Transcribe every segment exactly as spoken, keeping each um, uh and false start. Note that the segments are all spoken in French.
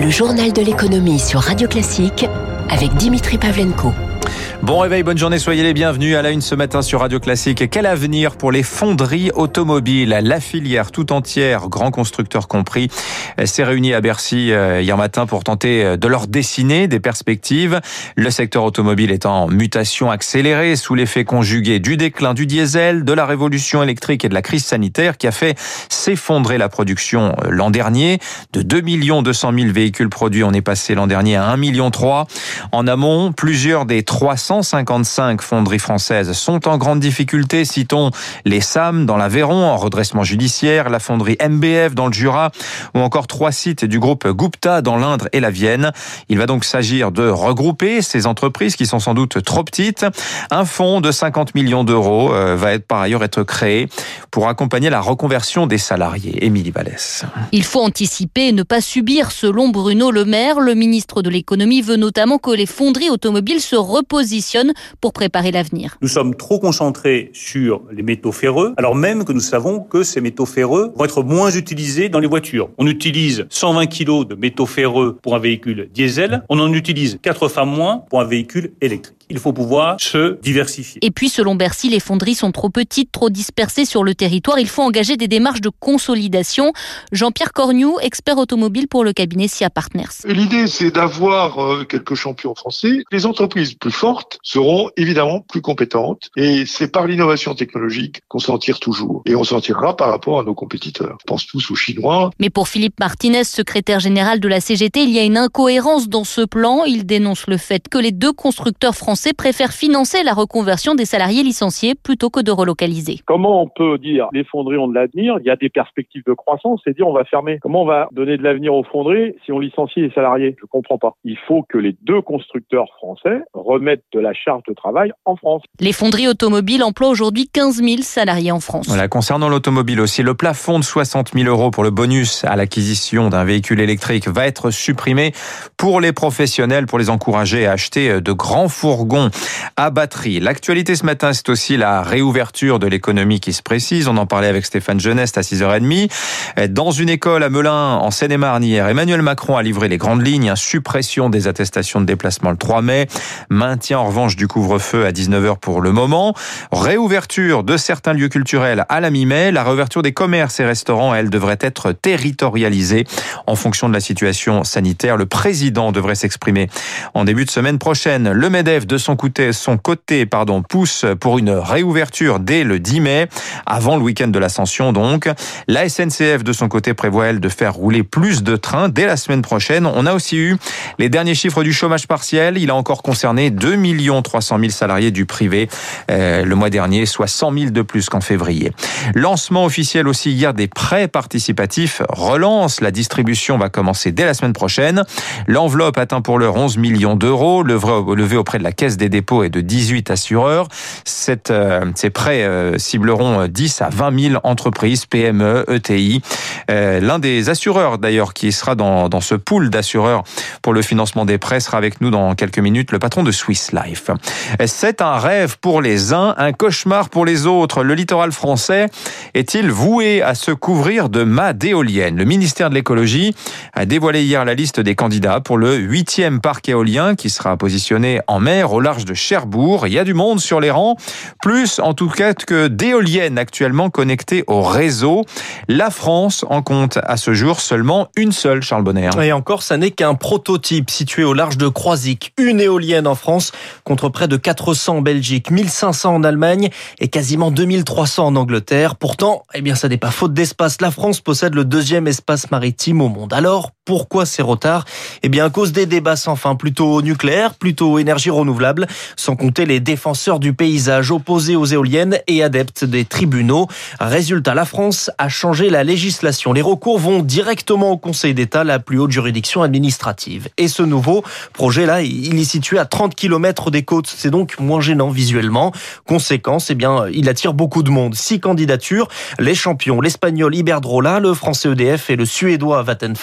Le journal de l'économie sur Radio Classique avec Dimitri Pavlenko. Bon réveil, bonne journée, soyez les bienvenus à la une ce matin sur Radio Classique. Quel avenir pour les fonderies automobiles? La filière tout entière, grands constructeurs compris, s'est réunie à Bercy hier matin pour tenter de leur dessiner des perspectives. Le secteur automobile est en mutation accélérée sous l'effet conjugué du déclin du diesel, de la révolution électrique et de la crise sanitaire qui a fait s'effondrer la production l'an dernier. De deux millions deux cent mille véhicules produits, on est passé l'an dernier à un virgule trois million. En amont, plusieurs des trois cent cinquante-cinq fonderies françaises sont en grande difficulté. Citons les S A M dans l'Aveyron en redressement judiciaire, la fonderie M B F dans le Jura ou encore trois sites du groupe Gupta dans l'Indre et la Vienne. Il va donc s'agir de regrouper ces entreprises qui sont sans doute trop petites. Un fonds de cinquante millions d'euros va être par ailleurs être créé pour accompagner la reconversion des salariés. Émilie Vallès. Il faut anticiper et ne pas subir, selon Bruno Le Maire. Le ministre de l'économie veut notamment que les fonderies automobiles se repositionnent pour préparer l'avenir. Nous sommes trop concentrés sur les métaux ferreux, alors même que nous savons que ces métaux ferreux vont être moins utilisés dans les voitures. On utilise cent vingt kilos de métaux ferreux pour un véhicule diesel, on en utilise quatre fois moins pour un véhicule électrique. Il faut pouvoir se diversifier. Et puis, selon Bercy, les fonderies sont trop petites, trop dispersées sur le territoire. Il faut engager des démarches de consolidation. Jean-Pierre Cornu, expert automobile pour le cabinet S I A Partners. Et l'idée, c'est d'avoir quelques champions français. Les entreprises plus fortes seront évidemment plus compétentes. Et c'est par l'innovation technologique qu'on s'en tire toujours. Et on s'en tirera par rapport à nos compétiteurs. Je pense tous aux Chinois. Mais pour Philippe Martinez, secrétaire général de la C G T, il y a une incohérence dans ce plan. Il dénonce le fait que les deux constructeurs français préfèrent financer la reconversion des salariés licenciés plutôt que de relocaliser. Comment on peut dire les fonderies ont de l'avenir, il y a des perspectives de croissance et dire on va fermer? Comment on va donner de l'avenir aux fonderies si on licencie les salariés? Je comprends pas. Il faut que les deux constructeurs français remettent de la charge de travail en France. Les fonderies automobiles emploient aujourd'hui quinze mille salariés en France. Voilà, concernant l'automobile aussi, le plafond de soixante mille euros pour le bonus à l'acquisition d'un véhicule électrique va être supprimé pour les professionnels, pour les encourager à acheter de grands fourgons à batterie. L'actualité ce matin, c'est aussi la réouverture de l'économie qui se précise. On en parlait avec Stéphane Genest à six heures trente. Dans une école à Melun, en Seine-et-Marne, hier, Emmanuel Macron a livré les grandes lignes. Suppression des attestations de déplacement le trois mai. Maintien en revanche du couvre-feu à dix-neuf heures pour le moment. Réouverture de certains lieux culturels à la mi-mai. La réouverture des commerces et restaurants, elle, devrait être territorialisée en fonction de la situation sanitaire. Le président devrait s'exprimer en début de semaine prochaine. Le MEDEF, de son côté, son côté pardon, pousse pour une réouverture dès le dix mai, avant le week-end de l'Ascension donc. La S N C F, de son côté, prévoit, elle, de faire rouler plus de trains dès la semaine prochaine. On a aussi eu les derniers chiffres du chômage partiel. Il a encore concerné deux millions trois cent mille salariés du privé euh, le mois dernier, soit cent mille de plus qu'en février. Lancement officiel aussi hier des prêts participatifs Relance. La distribution va commencer dès la semaine prochaine. L'enveloppe atteint pour l'heure onze millions d'euros, levée auprès de la Caisse des dépôts et de dix-huit assureurs. Cette, euh, ces prêts euh, cibleront dix à vingt mille entreprises, P M E, E T I. Euh, l'un des assureurs d'ailleurs qui sera dans, dans ce pool d'assureurs pour le financement des prêts sera avec nous dans quelques minutes, le patron de Swiss Life. C'est un rêve pour les uns, un cauchemar pour les autres. Le littoral français est-il voué à se couvrir de mâts d'éoliennes? Le ministère de l'écologie a dévoilé hier la liste des candidats pour le huitième parc éolien qui sera positionné en mer au large de Cherbourg. Il y a du monde sur les rangs, plus en tout cas que d'éoliennes actuellement connectées au réseau. La France en compte à ce jour seulement une seule, Charles Bonner. Et encore, ça n'est qu'un prototype situé au large de Croisic. Une éolienne en France contre près de quatre cents en Belgique, mille cinq cents en Allemagne et quasiment deux mille trois cents en Angleterre. Pourtant, eh bien, ça n'est pas faute d'espace. La France possède le deuxième espace maritime au monde. Alors, pourquoi ces retards? Eh bien, à cause des débats sans fin, plutôt nucléaire, plutôt énergie renouvelable, sans compter les défenseurs du paysage opposés aux éoliennes et adeptes des tribunaux. Résultat, la France a changé la législation. Les recours vont directement au Conseil d'État, la plus haute juridiction administrative. Et ce nouveau projet-là, il est situé à trente kilomètres des côtes. C'est donc moins gênant visuellement. Conséquence, eh bien, il attire beaucoup de monde. Six candidatures, les champions, l'espagnol Iberdrola, le français E D F et le suédois Vattenfall.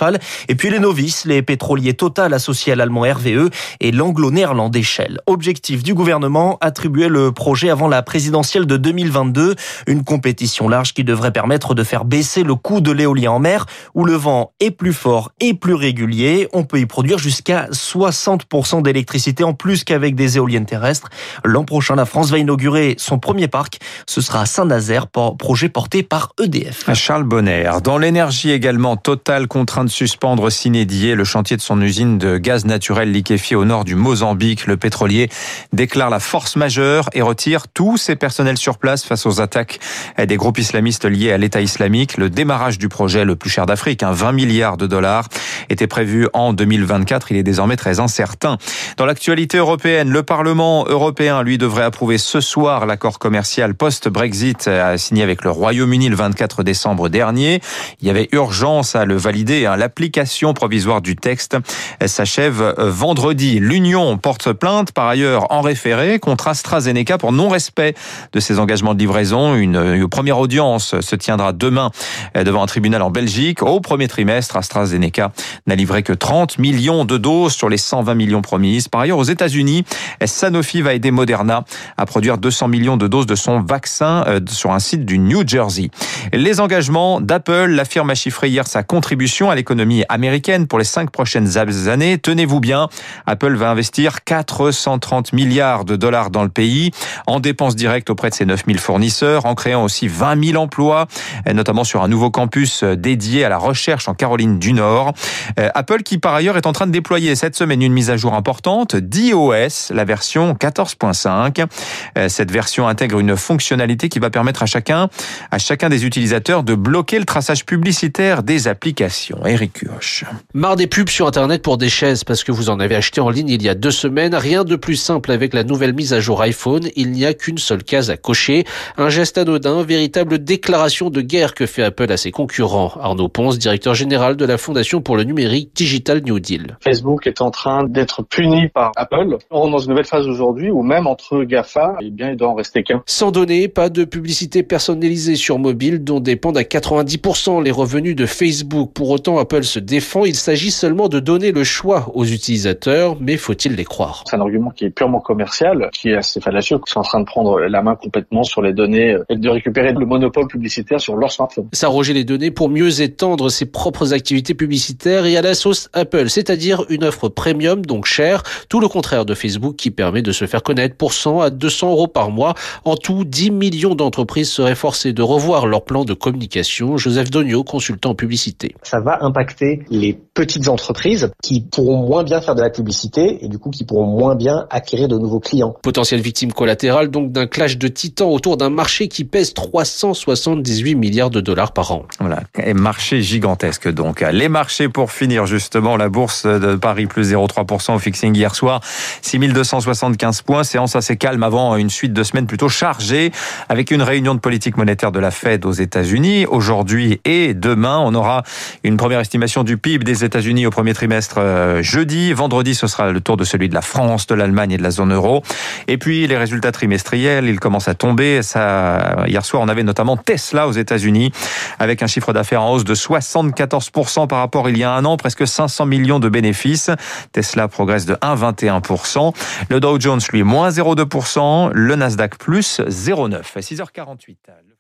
Et puis les novices, les pétroliers Total associés à l'allemand R V E et l'anglo-néerlandais Shell. Objectif du gouvernement, attribuer le projet avant la présidentielle de deux mille vingt-deux. Une compétition large qui devrait permettre de faire baisser le coût de l'éolien en mer, où le vent est plus fort et plus régulier. On peut y produire jusqu'à soixante pour cent d'électricité en plus qu'avec des éoliennes terrestres. L'an prochain, la France va inaugurer son premier parc. Ce sera à Saint-Nazaire, projet porté par E D F. Charles Bonner. Dans l'énergie également, Total contraint de suspendre sine die le chantier de son usine de gaz naturel liquéfié au nord du Mozambique. Le pétrolier déclare la force majeure et retire tous ses personnels sur place face aux attaques des groupes islamistes liés à l'État islamique. Le démarrage du projet le plus cher d'Afrique, vingt milliards de dollars, était prévu en deux mille vingt-quatre. Il est désormais très incertain. Dans l'actualité européenne, le Parlement européen, lui, devrait approuver ce soir l'accord commercial post-Brexit signé avec le Royaume-Uni le vingt-quatre décembre dernier. Il y avait urgence à le valider. L'application provisoire du texte s'achève vendredi. L'Union porte plainte par ailleurs en référé contre AstraZeneca pour non-respect de ses engagements de livraison. Une, une première audience se tiendra demain devant un tribunal en Belgique. Au premier trimestre, AstraZeneca n'a livré que trente millions de doses sur les cent vingt millions promises. Par ailleurs, aux États-Unis, Sanofi va aider Moderna à produire deux cents millions de doses de son vaccin sur un site du New Jersey. Les engagements d'Apple, la firme a chiffré hier sa contribution à l'économie américaine pour les cinq prochaines années. Tenez-vous bien, Apple va investir quatre cent trente milliards de dollars dans le pays en dépenses directes auprès de ses neuf mille fournisseurs, en créant aussi vingt mille emplois, notamment sur un nouveau campus dédié à la recherche en Caroline du Nord. Apple qui par ailleurs est en train de déployer cette semaine une mise à jour importante d'iOS, la version quatorze point cinq. Cette version intègre une fonctionnalité qui va permettre à chacun, à chacun des utilisateurs de bloquer le traçage publicitaire des applications. Eric Kioch. Marre des pubs sur Internet pour des chaises parce que vous en avez acheté en ligne il y a deux semaines. Rien de plus simple avec la nouvelle mise à jour iPhone. Il n'y a qu'une seule case à cocher. Un geste anodin, véritable déclaration de guerre que fait Apple à ses concurrents. Arnaud Ponce, directeur général de la Fondation pour le numérique Digital New Deal. Facebook est en train d'être puni par Apple. On rentre dans une nouvelle phase aujourd'hui où même entre GAFA, eh bien, il doit en rester qu'un. Sans données, pas de publicité personnalisée sur mobile dont dépendent à quatre-vingt-dix pour cent les revenus de Facebook. Pour autant, Apple se défend. Il s'agit seulement de donner le choix aux utilisateurs, mais faut-il les croire? C'est un argument qui est purement commercial, qui est assez fallacieux. Ils sont en train de prendre la main complètement sur les données et de récupérer le monopole publicitaire sur leur smartphone. S'arroger les données pour mieux étendre ses propres activités publicitaires et à la sauce Apple, c'est-à-dire une offre premium, donc chère, tout le contraire de Facebook qui permet de se faire connaître pour cent à deux cents euros par mois. En tout, dix millions d'entreprises seraient forcées de revoir leur plan de communication. Joseph Dogno, consultant en publicité. Ça va impacter les petites entreprises qui pourront moins bien faire de la publicité et du coup qui pourront moins bien acquérir de nouveaux clients. Potentielle victime collatérale donc d'un clash de titans autour d'un marché qui pèse trois cent soixante-dix-huit milliards de dollars par an. Voilà, et marché gigantesque donc. Les marchés pour finir justement, la bourse de Paris plus zéro virgule trois pour cent au fixing hier soir, six mille deux cent soixante-quinze points, séance assez calme avant une suite de semaines plutôt chargée avec une réunion de politique monétaire de la Fed aux États-Unis. Aujourd'hui et demain, on aura une première estimation du P I B des États-Unis au premier trimestre jeudi. Vendredi, ce sera le tour de celui de la France, de l'Allemagne et de la zone euro. Et puis, les résultats trimestriels, ils commencent à tomber. Ça, hier soir, on avait notamment Tesla aux États-Unis avec un chiffre d'affaires en hausse de soixante-quatorze pour cent par rapport à il y a un an, presque cinq cents millions de bénéfices. Tesla progresse de un virgule vingt et un pour cent. Le Dow Jones, lui, moins zéro virgule deux pour cent. Le Nasdaq, plus zéro virgule neuf. six heures quarante-huit.